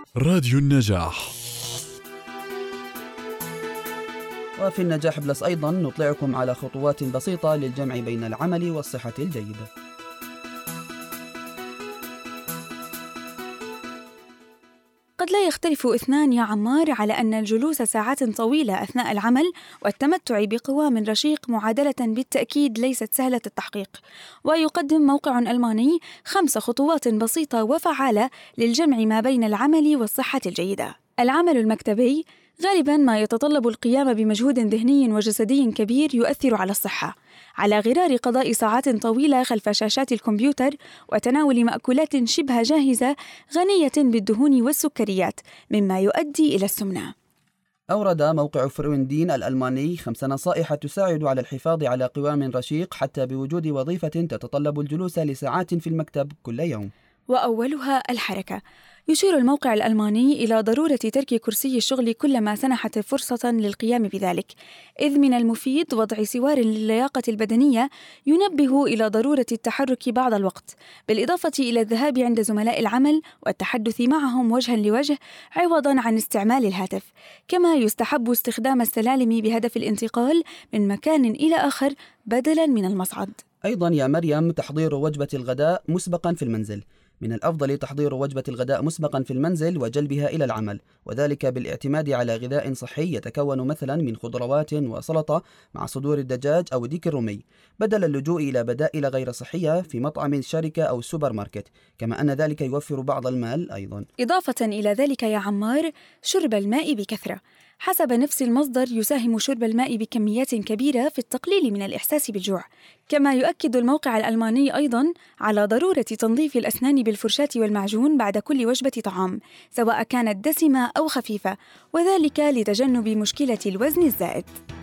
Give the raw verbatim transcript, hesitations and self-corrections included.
راديو النجاح. وفي النجاح بلس أيضا نطلعكم على خطوات بسيطة للجمع بين العمل والصحة الجيدة. قد لا يختلف اثنان يا عمار على أن الجلوس ساعات طويلة أثناء العمل والتمتع بقوام رشيق معادلة بالتأكيد ليست سهلة التحقيق، ويقدم موقع ألماني خمس خطوات بسيطة وفعالة للجمع ما بين العمل والصحة الجيدة. العمل المكتبي غالباً ما يتطلب القيام بمجهود ذهني وجسدي كبير يؤثر على الصحة، على غرار قضاء ساعات طويلة خلف شاشات الكمبيوتر وتناول مأكولات شبه جاهزة غنية بالدهون والسكريات، مما يؤدي إلى السمنة. أورد موقع فرويندين الألماني خمس نصائح تساعد على الحفاظ على قوام رشيق حتى بوجود وظيفة تتطلب الجلوس لساعات في المكتب كل يوم. وأولها الحركة. يشير الموقع الألماني إلى ضرورة ترك كرسي الشغل كلما سنحت فرصة للقيام بذلك، إذ من المفيد وضع سوار للياقة البدنية ينبه إلى ضرورة التحرك بعض الوقت، بالإضافة إلى الذهاب عند زملاء العمل والتحدث معهم وجها لوجه عوضاً عن استعمال الهاتف. كما يستحب استخدام السلالم بهدف الانتقال من مكان إلى آخر بدلاً من المصعد. أيضاً يا مريم، تحضير وجبة الغداء مسبقاً في المنزل. من الأفضل تحضير وجبة الغداء مسبقاً في المنزل وجلبها إلى العمل، وذلك بالاعتماد على غذاء صحي يتكون مثلاً من خضروات وسلطة مع صدور الدجاج أو ديك الرومي، بدل اللجوء إلى بدائل غير صحية في مطعم الشركة أو السوبر ماركت، كما أن ذلك يوفر بعض المال أيضاً. إضافة إلى ذلك يا عمار، شرب الماء بكثرة. حسب نفس المصدر يساهم شرب الماء بكميات كبيرة في التقليل من الإحساس بالجوع. كما يؤكد الموقع الألماني أيضاً على ضرورة تنظيف الأسنان بالفرشاة والمعجون بعد كل وجبة طعام، سواء كانت دسمة أو خفيفة، وذلك لتجنب مشكلة الوزن الزائد.